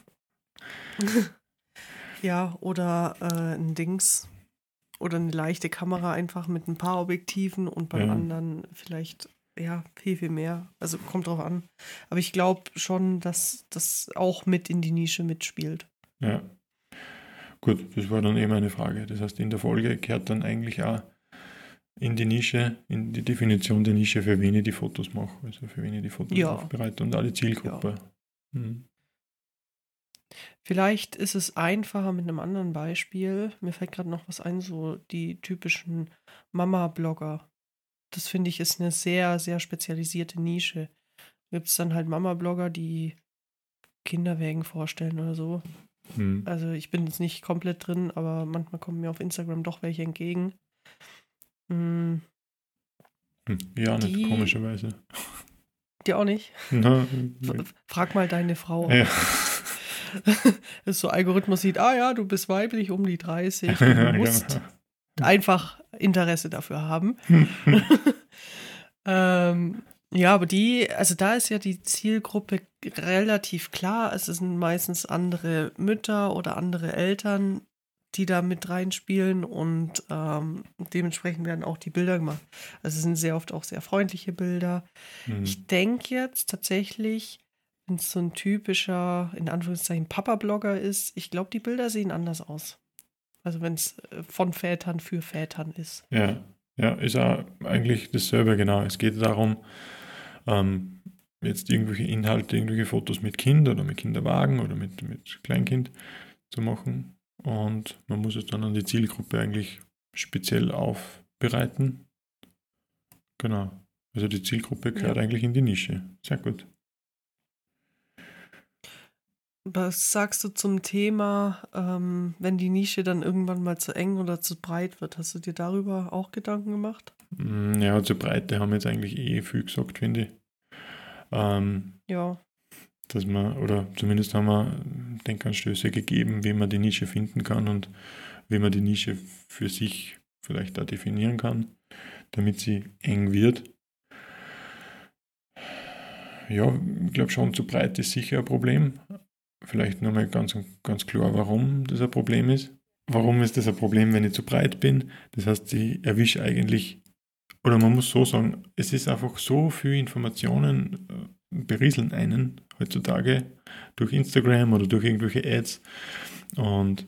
Ja, oder ein Dings oder eine leichte Kamera einfach mit ein paar Objektiven und beim anderen vielleicht viel, viel mehr. Also kommt drauf an. Aber ich glaube schon, dass das auch mit in die Nische mitspielt. Ja. Gut, das war dann eben eine Frage. Das heißt, in der Folge gehört dann eigentlich auch in die Nische, in die Definition der Nische, für wen ich die Fotos mache. Also für wen ich die Fotos aufbereite und alle Zielgruppe. Ja. Vielleicht ist es einfacher mit einem anderen Beispiel. Mir fällt gerade noch was ein, so die typischen Mama-Blogger. Das finde ich ist eine sehr, sehr spezialisierte Nische. Da gibt es dann halt Mama-Blogger, die Kinderwägen vorstellen oder so. Also ich bin jetzt nicht komplett drin, aber manchmal kommen mir auf Instagram doch welche entgegen. Ja, nicht komischerweise. Die auch nicht? Frag mal deine Frau. Ja. Das so Algorithmus sieht, du bist weiblich, um die 30, du musst einfach Interesse dafür haben. Ja, aber da ist ja die Zielgruppe relativ klar. Es sind meistens andere Mütter oder andere Eltern, die da mit reinspielen und dementsprechend werden auch die Bilder gemacht. Also es sind sehr oft auch sehr freundliche Bilder. Ich denke jetzt tatsächlich, wenn es so ein typischer, in Anführungszeichen, Papa-Blogger ist, ich glaube, die Bilder sehen anders aus. Also wenn es von Vätern für Vätern ist. Ja, ist auch eigentlich dasselbe, genau. Es geht darum, jetzt irgendwelche Inhalte, irgendwelche Fotos mit Kind oder mit Kinderwagen oder mit Kleinkind zu machen. Und man muss es dann an die Zielgruppe eigentlich speziell aufbereiten. Genau. Also die Zielgruppe gehört Ja. eigentlich in die Nische. Sehr gut. Was sagst du zum Thema, wenn die Nische dann irgendwann mal zu eng oder zu breit wird? Hast du dir darüber auch Gedanken gemacht? Ja, zur Breite haben wir jetzt eigentlich viel gesagt, finde ich. Ja, Dass man, oder zumindest haben wir Denkanstöße gegeben, wie man die Nische finden kann und wie man die Nische für sich vielleicht da definieren kann, damit sie eng wird. Ja, ich glaube schon, zu breit ist sicher ein Problem. Vielleicht nochmal ganz klar, warum das ein Problem ist. Warum ist das ein Problem, wenn ich zu breit bin? Das heißt, ich erwische eigentlich, oder man muss so sagen, es ist einfach so viel Informationen berieseln einen heutzutage durch Instagram oder durch irgendwelche Ads und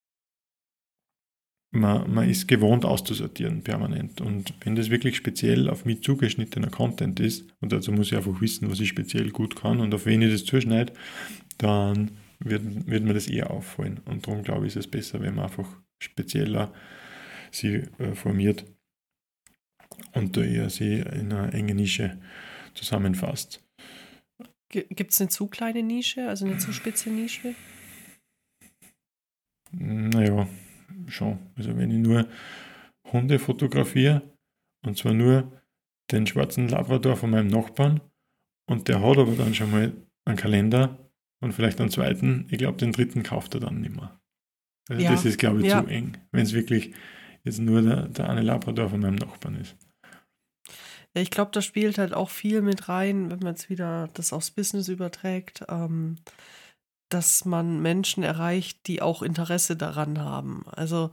man ist gewohnt auszusortieren permanent. Und wenn das wirklich speziell auf mich zugeschnittener Content ist, und dazu muss ich einfach wissen, was ich speziell gut kann und auf wen ich das zuschneide, dann wird mir das eher auffallen. Und darum glaube ich, ist es besser, wenn man einfach spezieller sie formiert und da eher sie in eine enge Nische zusammenfasst. gibt es eine zu kleine Nische, also eine zu spitze Nische? Naja, schon. Also wenn ich nur Hunde fotografiere, und zwar nur den schwarzen Labrador von meinem Nachbarn, und der hat aber dann schon mal einen Kalender und vielleicht einen zweiten, ich glaube, den dritten kauft er dann nicht mehr. Also Ja, das ist, glaube ich, ja. zu eng, wenn es wirklich jetzt nur der eine Labrador von meinem Nachbarn ist. Ja, ich glaube, da spielt halt auch viel mit rein, wenn man jetzt wieder das aufs Business überträgt, dass man Menschen erreicht, die auch Interesse daran haben. Also,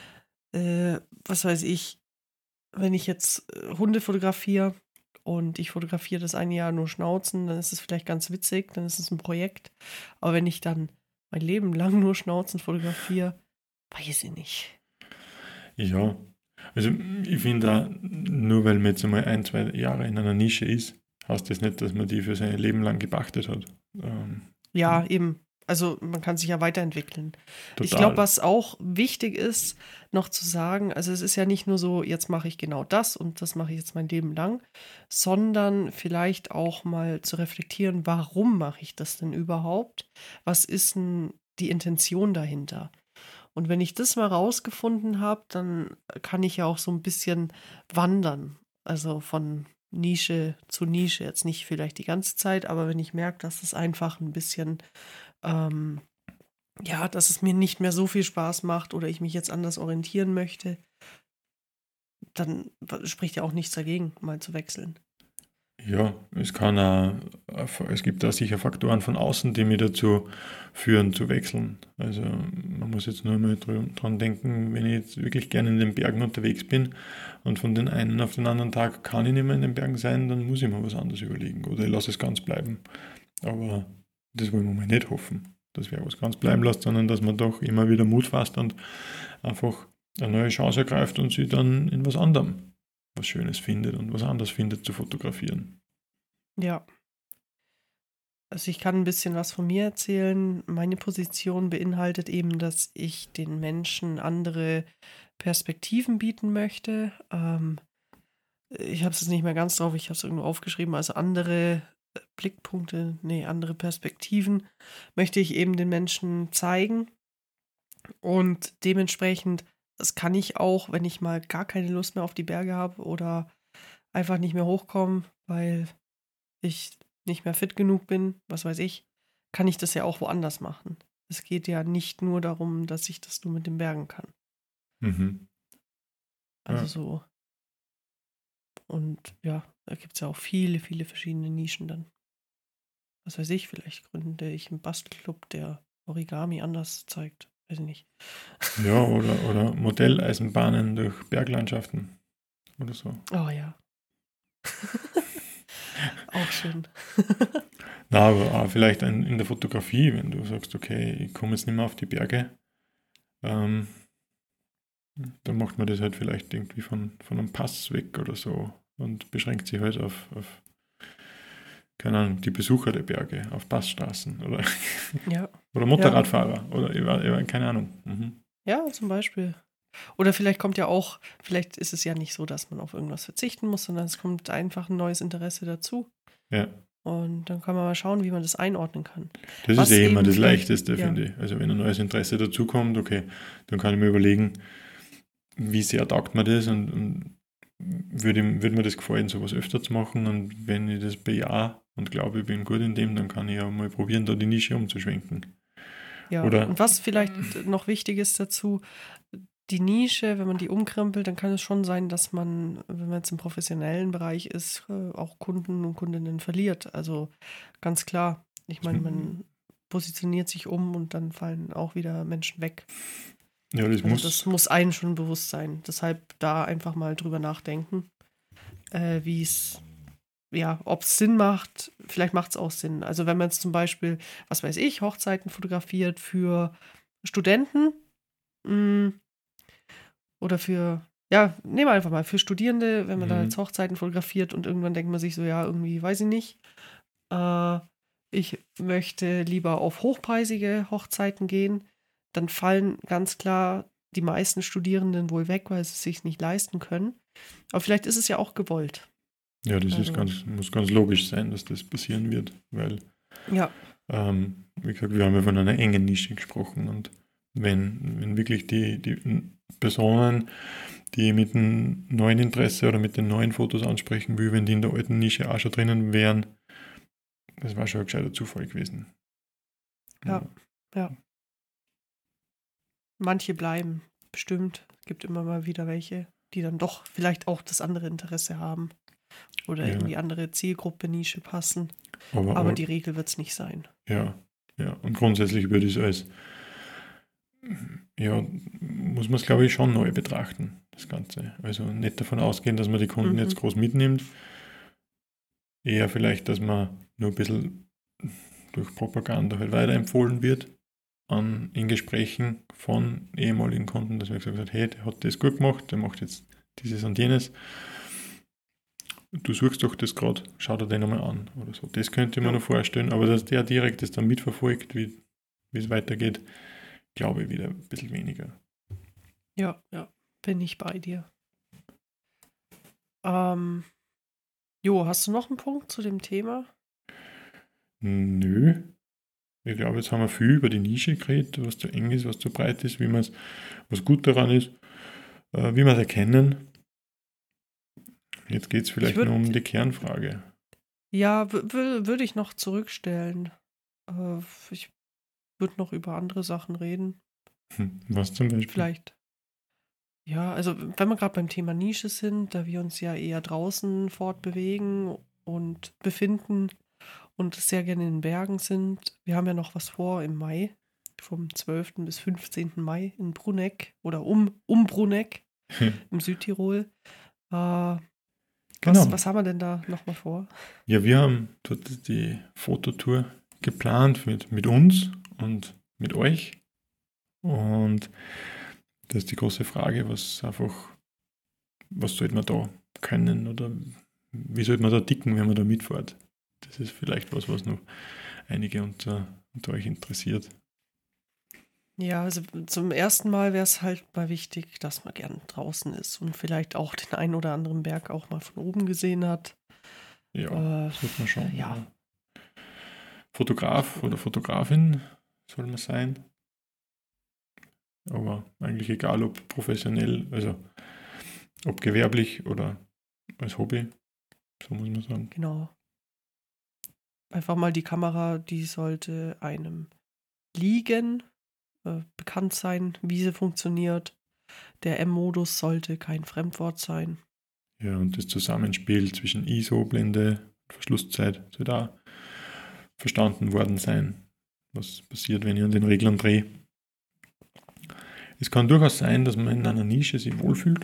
was weiß ich, wenn ich jetzt Hunde fotografiere und ich fotografiere das eine Jahr nur Schnauzen, dann ist es vielleicht ganz witzig, dann ist es ein Projekt. Aber wenn ich dann mein Leben lang nur Schnauzen fotografiere, weiß ich nicht. Ja, also ich finde da, nur weil man jetzt einmal 1, 2 Jahre in einer Nische ist, heißt das nicht, dass man die für sein Leben lang gepachtet hat. Ja, eben. Also man kann sich ja weiterentwickeln. Ich Total. glaube, was auch wichtig ist, noch zu sagen, also es ist ja nicht nur so, jetzt mache ich genau das und das mache ich jetzt mein Leben lang, sondern vielleicht auch mal zu reflektieren, warum mache ich das denn überhaupt? Was ist denn die Intention dahinter? Und wenn ich das mal rausgefunden habe, dann kann ich ja auch so ein bisschen wandern. Also von Nische zu Nische. Jetzt nicht vielleicht die ganze Zeit, aber wenn ich merke, dass es einfach ein bisschen, ähm, ja, dass es mir nicht mehr so viel Spaß macht oder ich mich jetzt anders orientieren möchte, dann spricht ja auch nichts dagegen, mal zu wechseln. Ja, es gibt da sicher Faktoren von außen, die mich dazu führen, zu wechseln. Also man muss jetzt nur mal dran denken, wenn ich jetzt wirklich gerne in den Bergen unterwegs bin und von den einen auf den anderen Tag kann ich nicht mehr in den Bergen sein, dann muss ich mir was anderes überlegen oder ich lasse es ganz bleiben. Aber das wollen wir mal nicht hoffen, dass wer was ganz bleiben lässt, sondern dass man doch immer wieder Mut fasst und einfach eine neue Chance ergreift und sie dann in was anderem was Schönes findet und was anderes findet zu fotografieren. Ja, also ich kann ein bisschen was von mir erzählen. Meine Position beinhaltet eben, dass ich den Menschen andere Perspektiven bieten möchte. Ich habe es jetzt nicht mehr ganz drauf, ich habe es irgendwo aufgeschrieben, also andere Blickpunkte, nee, andere Perspektiven möchte ich eben den Menschen zeigen. Und dementsprechend, das kann ich auch, wenn ich mal gar keine Lust mehr auf die Berge habe oder einfach nicht mehr hochkomme, weil ich nicht mehr fit genug bin, was weiß ich, kann ich das ja auch woanders machen. Es geht ja nicht nur darum, dass ich das nur mit den Bergen kann. Mhm. Also Ja. so. Und ja, da gibt es ja auch viele, viele verschiedene Nischen dann. Was weiß ich, vielleicht gründe ich einen Bastelclub, der Origami anders zeigt. Weiß ich nicht. Ja, oder Modelleisenbahnen durch Berglandschaften oder so. Oh ja. Auch schön. Na, aber auch vielleicht in der Fotografie, wenn du sagst, okay, ich komme jetzt nicht mehr auf die Berge, dann macht man das halt vielleicht irgendwie von einem Pass weg oder so und beschränkt sich halt auf keine Ahnung, die Besucher der Berge auf Passstraßen oder, Ja. oder Motorradfahrer oder keine Ahnung. Mhm. Ja, zum Beispiel. Oder vielleicht vielleicht ist es ja nicht so, dass man auf irgendwas verzichten muss, sondern es kommt einfach ein neues Interesse dazu. Ja, Und dann kann man mal schauen, wie man das einordnen kann. das Was ist immer eben das vielleicht- Leichteste, ja. finde ich. Also wenn ein neues Interesse dazukommt, okay, dann kann ich mir überlegen, wie sehr taugt mir das und würde mir das gefallen, sowas öfter zu machen. Und wenn ich das bejahe und glaube, ich bin gut in dem, dann kann ich ja mal probieren, da die Nische umzuschwenken. Ja, Oder- und was vielleicht noch wichtig ist dazu, die Nische, wenn man die umkrempelt, dann kann es schon sein, dass man, wenn man jetzt im professionellen Bereich ist, auch Kunden und Kundinnen verliert. Also ganz klar, ich meine, man positioniert sich um und dann fallen auch wieder Menschen weg. Ja, das Also muss. das muss einem schon bewusst sein. Deshalb da einfach mal drüber nachdenken, wie es, ja, ob es Sinn macht. Vielleicht macht es auch Sinn. Also wenn man jetzt zum Beispiel, was weiß ich, Hochzeiten fotografiert für Studenten oder nehmen wir einfach mal für Studierende, wenn man da jetzt Hochzeiten fotografiert und irgendwann denkt man sich so, ja, irgendwie, weiß ich nicht, ich möchte lieber auf hochpreisige Hochzeiten gehen, dann fallen ganz klar die meisten Studierenden wohl weg, weil sie es sich nicht leisten können. Aber vielleicht ist es ja auch gewollt. Ja, das Also- muss ganz logisch sein, dass das passieren wird, weil, Ja, wie gesagt, wir haben ja von einer engen Nische gesprochen und wenn wirklich die Personen, die mit dem neuen Interesse oder mit den neuen Fotos ansprechen will, wenn die in der alten Nische auch schon drinnen wären, das war schon ein gescheiter Zufall gewesen. Ja. Manche bleiben, bestimmt. Es gibt immer mal wieder welche, die dann doch vielleicht auch das andere Interesse haben. Oder Ja. irgendwie andere Zielgruppe, Nische passen. Aber Aber die Regel wird es nicht sein. ja, und grundsätzlich würde ich es als, ja, muss man es, glaube ich, schon neu betrachten, das Ganze. Also nicht davon ausgehen, dass man die Kunden jetzt groß mitnimmt. Eher vielleicht, dass man nur ein bisschen durch Propaganda halt weiterempfohlen wird in Gesprächen von ehemaligen Kunden, dass man gesagt hat, hey, der hat das gut gemacht, der macht jetzt dieses und jenes. Du suchst doch das gerade, schau dir den einmal an oder so. Das könnte ich mir noch vorstellen, aber dass der direkt das dann mitverfolgt, wie es weitergeht, glaube ich wieder ein bisschen weniger. Ja, bin ich bei dir. Hast du noch einen Punkt zu dem Thema? Nö. Ich glaube, jetzt haben wir viel über die Nische geredet, was zu eng ist, was zu breit ist, was gut daran ist, wie wir es erkennen. Jetzt geht es vielleicht nur um die Kernfrage. Ja, würde ich noch zurückstellen. Ich würde noch über andere Sachen reden. Was zum Beispiel? Vielleicht. Ja, also wenn wir gerade beim Thema Nische sind, da wir uns ja eher draußen fortbewegen und befinden und sehr gerne in den Bergen sind. Wir haben ja noch was vor im Mai, vom 12. bis 15. Mai in Bruneck oder um Bruneck im Südtirol. Genau. Was haben wir denn da nochmal vor? Ja, wir haben dort die Fototour geplant mit uns und mit euch. Und das ist die große Frage, was sollte man da können oder wie sollte man da ticken, wenn man da mitfährt? Das ist vielleicht was noch einige unter euch interessiert. Ja, also zum ersten Mal wäre es halt mal wichtig, dass man gern draußen ist und vielleicht auch den einen oder anderen Berg auch mal von oben gesehen hat. Ja, das wird man schon. Ja. Fotograf oder Fotografin soll man sein. Aber eigentlich egal, ob professionell, also ob gewerblich oder als Hobby, so muss man sagen. Genau. Einfach mal die Kamera, die sollte einem liegen, bekannt sein, wie sie funktioniert. Der M-Modus sollte kein Fremdwort sein. Ja, und das Zusammenspiel zwischen ISO, Blende, Verschlusszeit soll da verstanden worden sein, was passiert, wenn ich an den Reglern drehe. Es kann durchaus sein, dass man in einer Nische sich wohlfühlt.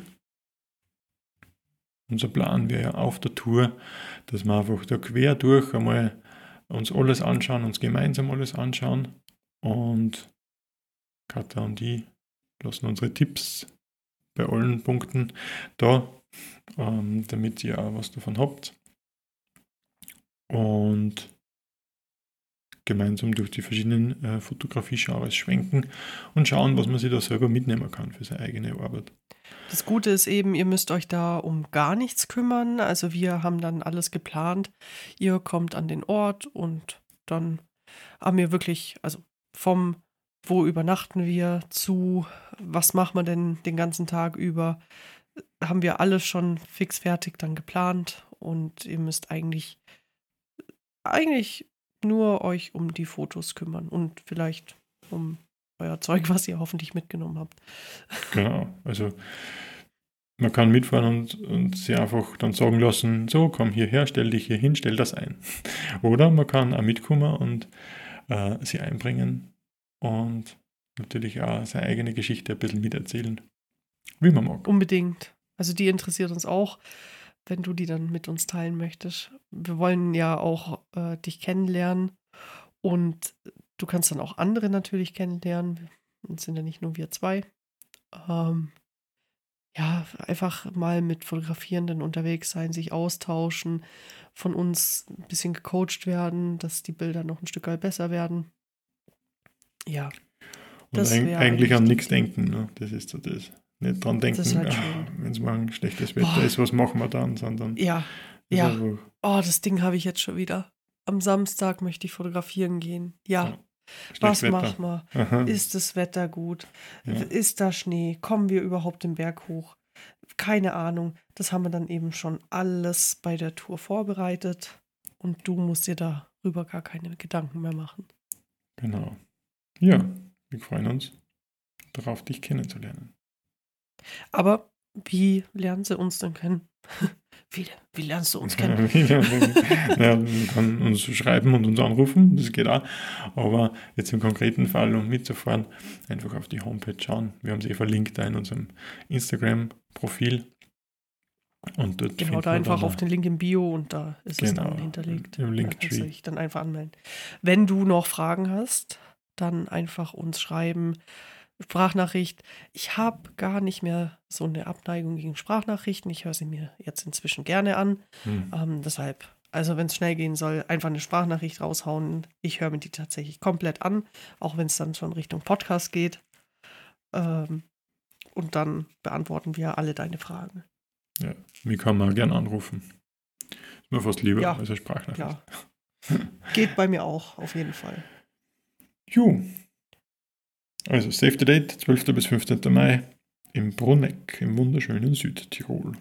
Unser Plan wäre ja auf der Tour, dass wir einfach da quer durch einmal uns alles anschauen, uns gemeinsam alles anschauen und Katha und ich lassen unsere Tipps bei allen Punkten da, damit ihr auch was davon habt. und gemeinsam durch die verschiedenen Fotografie-Genres schwenken und schauen, was man sich da selber mitnehmen kann für seine eigene Arbeit. Das Gute ist eben, ihr müsst euch da um gar nichts kümmern. Also wir haben dann alles geplant. Ihr kommt an den Ort und dann haben wir wirklich, also vom wo übernachten wir zu, was machen wir denn den ganzen Tag über, haben wir alles schon fix fertig dann geplant und ihr müsst eigentlich nur euch um die Fotos kümmern und vielleicht um euer Zeug, was ihr hoffentlich mitgenommen habt. Genau, also man kann mitfahren und sie einfach dann sagen lassen, so, komm hierher, stell dich hier hin, stell das ein. Oder man kann auch mitkommen und sie einbringen und natürlich auch seine eigene Geschichte ein bisschen miterzählen, wie man mag. Unbedingt. Also die interessiert uns auch, wenn du die dann mit uns teilen möchtest. Wir wollen ja auch dich kennenlernen und du kannst dann auch andere natürlich kennenlernen. Es sind ja nicht nur wir zwei. Ja, einfach mal mit Fotografierenden unterwegs sein, sich austauschen, von uns ein bisschen gecoacht werden, dass die Bilder noch ein Stück weit besser werden. Ja. Und eigentlich an nichts denken, ne? Das ist so das. Nicht dran denken, halt wenn es morgen schlechtes Wetter ist, was machen wir dann, sondern ja. Das Ding habe ich jetzt schon wieder. Am Samstag möchte ich fotografieren gehen. Ja. Was machen wir? Aha. Ist das Wetter gut? Ja. Ist da Schnee? Kommen wir überhaupt den Berg hoch? Keine Ahnung. Das haben wir dann eben schon alles bei der Tour vorbereitet und du musst dir darüber gar keine Gedanken mehr machen. Genau. Ja, wir freuen uns darauf, dich kennenzulernen. Aber wie lernen sie uns denn kennen? Wie lernst du uns kennen? Ja, man kann uns schreiben und uns anrufen, das geht auch. Aber jetzt im konkreten Fall, um mitzufahren, einfach auf die Homepage schauen. Wir haben sie verlinkt da in unserem Instagram-Profil. Und dort genau, da einfach auf den Link im Bio und da ist es dann hinterlegt. Im Linktree. Da kannst du dich dann einfach anmelden. Wenn du noch Fragen hast, dann einfach uns schreiben. Sprachnachricht. Ich habe gar nicht mehr so eine Abneigung gegen Sprachnachrichten. Ich höre sie mir jetzt inzwischen gerne an. Deshalb, also wenn es schnell gehen soll, einfach eine Sprachnachricht raushauen. Ich höre mir die tatsächlich komplett an, auch wenn es dann schon Richtung Podcast geht. Und dann beantworten wir alle deine Fragen. Ja, mich kann man gerne anrufen. Ist mir fast lieber als eine Sprachnachricht. Ja. Geht bei mir auch, auf jeden Fall. Jo. Also Save the Date, 12. bis 15. Mai im Bruneck im wunderschönen Südtirol.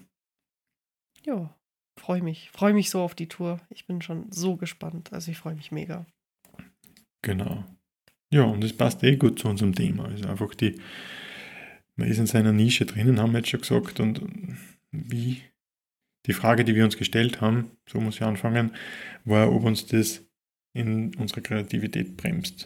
Ja, freue mich so auf die Tour. Ich bin schon so gespannt, also ich freue mich mega. Genau. Ja, und es passt gut zu unserem Thema. Also einfach man ist in seiner Nische drinnen, haben wir jetzt schon gesagt, und wie die Frage, die wir uns gestellt haben, so muss ich anfangen, war, ob uns das in unserer Kreativität bremst.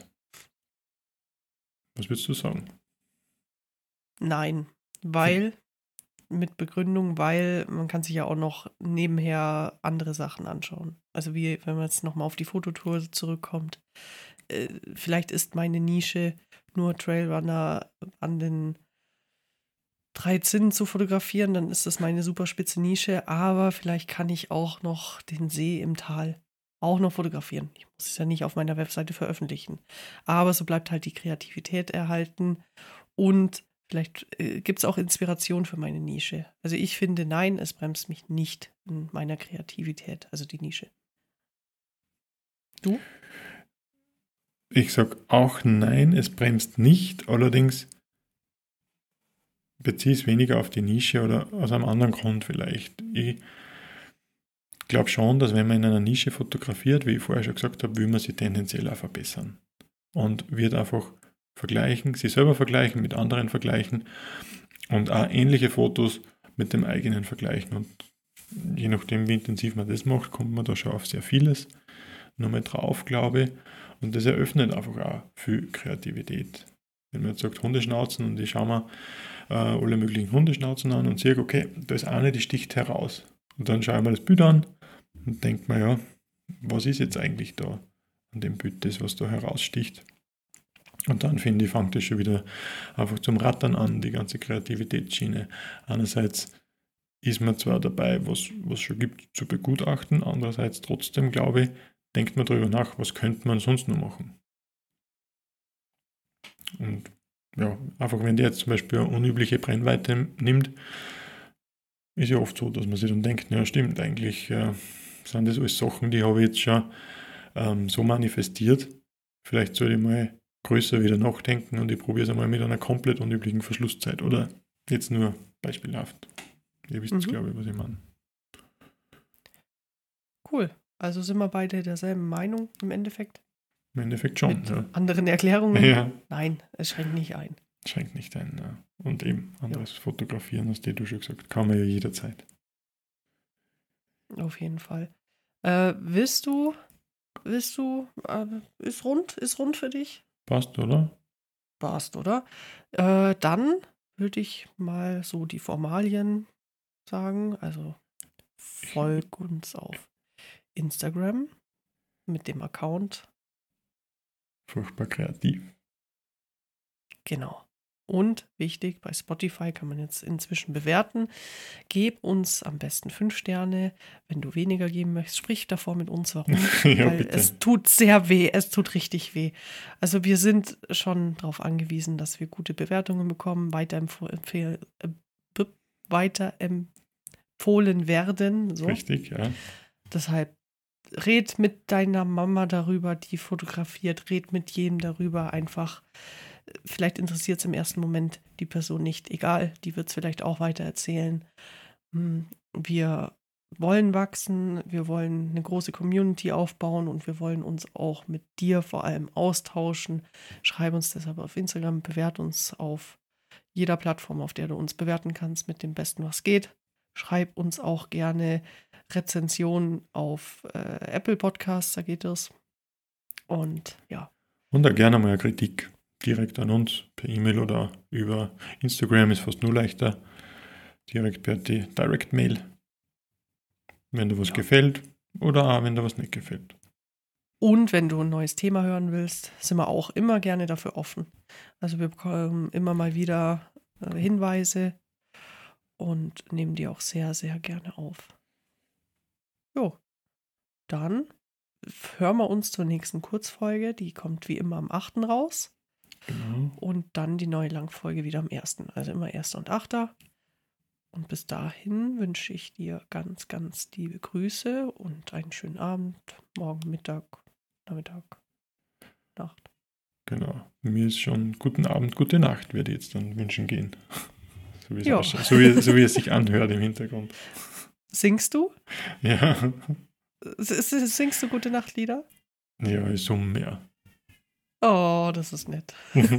Was würdest du sagen? Nein, mit Begründung, weil man kann sich ja auch noch nebenher andere Sachen anschauen. Also wie, wenn man jetzt nochmal auf die Fototour zurückkommt, vielleicht ist meine Nische nur Trailrunner an den 3 Zinnen zu fotografieren, dann ist das meine super spitze Nische, aber vielleicht kann ich auch noch den See im Tal auch noch fotografieren. Ich muss es ja nicht auf meiner Webseite veröffentlichen. Aber so bleibt halt die Kreativität erhalten und vielleicht gibt es auch Inspiration für meine Nische. Also ich finde, nein, es bremst mich nicht in meiner Kreativität, also die Nische. Du? Ich sage auch nein, es bremst nicht, allerdings beziehe es weniger auf die Nische oder aus einem anderen Grund vielleicht. Ich glaube schon, dass wenn man in einer Nische fotografiert, wie ich vorher schon gesagt habe, will man sie tendenziell auch verbessern. Und wird einfach vergleichen, sich selber vergleichen, mit anderen vergleichen und auch ähnliche Fotos mit dem eigenen vergleichen. Und je nachdem, wie intensiv man das macht, kommt man da schon auf sehr vieles nochmal drauf, glaube ich. Und das eröffnet einfach auch viel Kreativität. Wenn man jetzt sagt Hundeschnauzen und ich schaue mir alle möglichen Hundeschnauzen an und sehe, okay, da ist eine, die sticht heraus. Und dann schaue ich mir das Bild an und denke mir, ja, was ist jetzt eigentlich da an dem Bild, das, was da heraussticht. Und dann finde ich, fängt das schon wieder einfach zum Rattern an, die ganze Kreativitätsschiene. Einerseits ist man zwar dabei, was schon gibt, zu begutachten, andererseits trotzdem, glaube ich, denkt man darüber nach, was könnte man sonst noch machen. Und ja, einfach wenn der jetzt zum Beispiel eine unübliche Brennweite nimmt, ist ja oft so, dass man sich dann denkt, ja stimmt, eigentlich sind das alles Sachen, die habe ich jetzt schon so manifestiert. Vielleicht sollte ich mal größer wieder nachdenken und ich probiere es einmal mit einer komplett unüblichen Verschlusszeit oder jetzt nur beispielhaft. Ihr wisst, glaube ich, was ich meine. Cool. Also sind wir beide derselben Meinung im Endeffekt? Im Endeffekt schon, Mit ja. anderen Erklärungen? Ja. Nein, es schränkt nicht ein. Schränkt nicht ein, ja. Und eben anderes Fotografieren, hast du schon gesagt, kann man ja jederzeit. Auf jeden Fall. Ist rund für dich? Passt, oder? Passt, oder? Dann würde ich mal so die Formalien sagen. Also folg uns auf Instagram mit dem Account. Furchtbar kreativ. Genau. Und wichtig, bei Spotify kann man jetzt inzwischen bewerten. Gib uns am besten 5 Sterne. Wenn du weniger geben möchtest, sprich davor mit uns, warum. Ja, weil bitte. es tut sehr weh, es tut richtig weh. Also wir sind schon darauf angewiesen, dass wir gute Bewertungen bekommen, weiterempfohlen werden. So. Richtig, ja. Deshalb red mit deiner Mama darüber, die fotografiert, red mit jedem darüber, einfach. Vielleicht interessiert es im ersten Moment die Person nicht. Egal, die wird es vielleicht auch weiter erzählen. Wir wollen wachsen, wir wollen eine große Community aufbauen und wir wollen uns auch mit dir vor allem austauschen. Schreib uns deshalb auf Instagram, bewert uns auf jeder Plattform, auf der du uns bewerten kannst, mit dem Besten, was geht. Schreib uns auch gerne Rezensionen auf Apple Podcasts, da geht es. Und ja. Und da gerne mal eine Kritik direkt an uns, per E-Mail oder über Instagram ist fast nur leichter. Direkt per Direct-Mail. Wenn dir was gefällt oder auch wenn dir was nicht gefällt. Und wenn du ein neues Thema hören willst, sind wir auch immer gerne dafür offen. Also wir bekommen immer mal wieder Hinweise und nehmen die auch sehr, sehr gerne auf. Jo, dann hören wir uns zur nächsten Kurzfolge. Die kommt wie immer am 8. raus. Genau. Und dann die neue Langfolge wieder am 1. Also immer 1. und 8. Und bis dahin wünsche ich dir ganz, ganz liebe Grüße und einen schönen Abend, morgen, Mittag, Nachmittag, Nacht. Genau. Mir ist schon guten Abend, gute Nacht, werde ich jetzt dann wünschen gehen. So wie es sich anhört im Hintergrund. Singst du? Ja. Singst du gute Nachtlieder? Ja, ich summe mehr. Oh, das ist nett.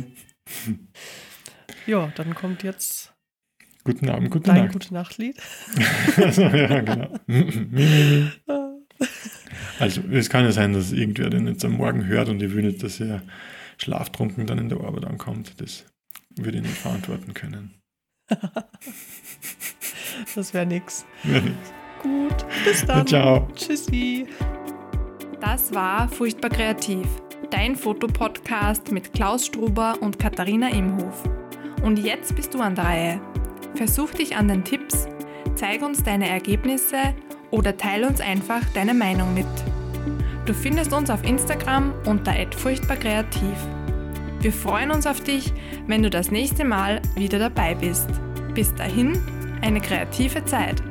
Ja, dann kommt jetzt Guten Abend, gute dein Nacht. Gute-Nacht-Lied. Also, ja, genau. Also, es kann ja sein, dass irgendwer den jetzt am Morgen hört und ich will nicht, dass er schlaftrunken dann in der Arbeit ankommt. Das würde ich nicht verantworten können. Das wäre nix. Ja, nix. Gut, bis dann. Ciao. Tschüssi. Das war Furchtbar Kreativ, dein Fotopodcast mit Klaus Struber und Katharina Imhof. Und jetzt bist du an der Reihe. Versuch dich an den Tipps, zeig uns deine Ergebnisse oder teile uns einfach deine Meinung mit. Du findest uns auf Instagram unter @furchtbarkreativ. Wir freuen uns auf dich, wenn du das nächste Mal wieder dabei bist. Bis dahin, eine kreative Zeit.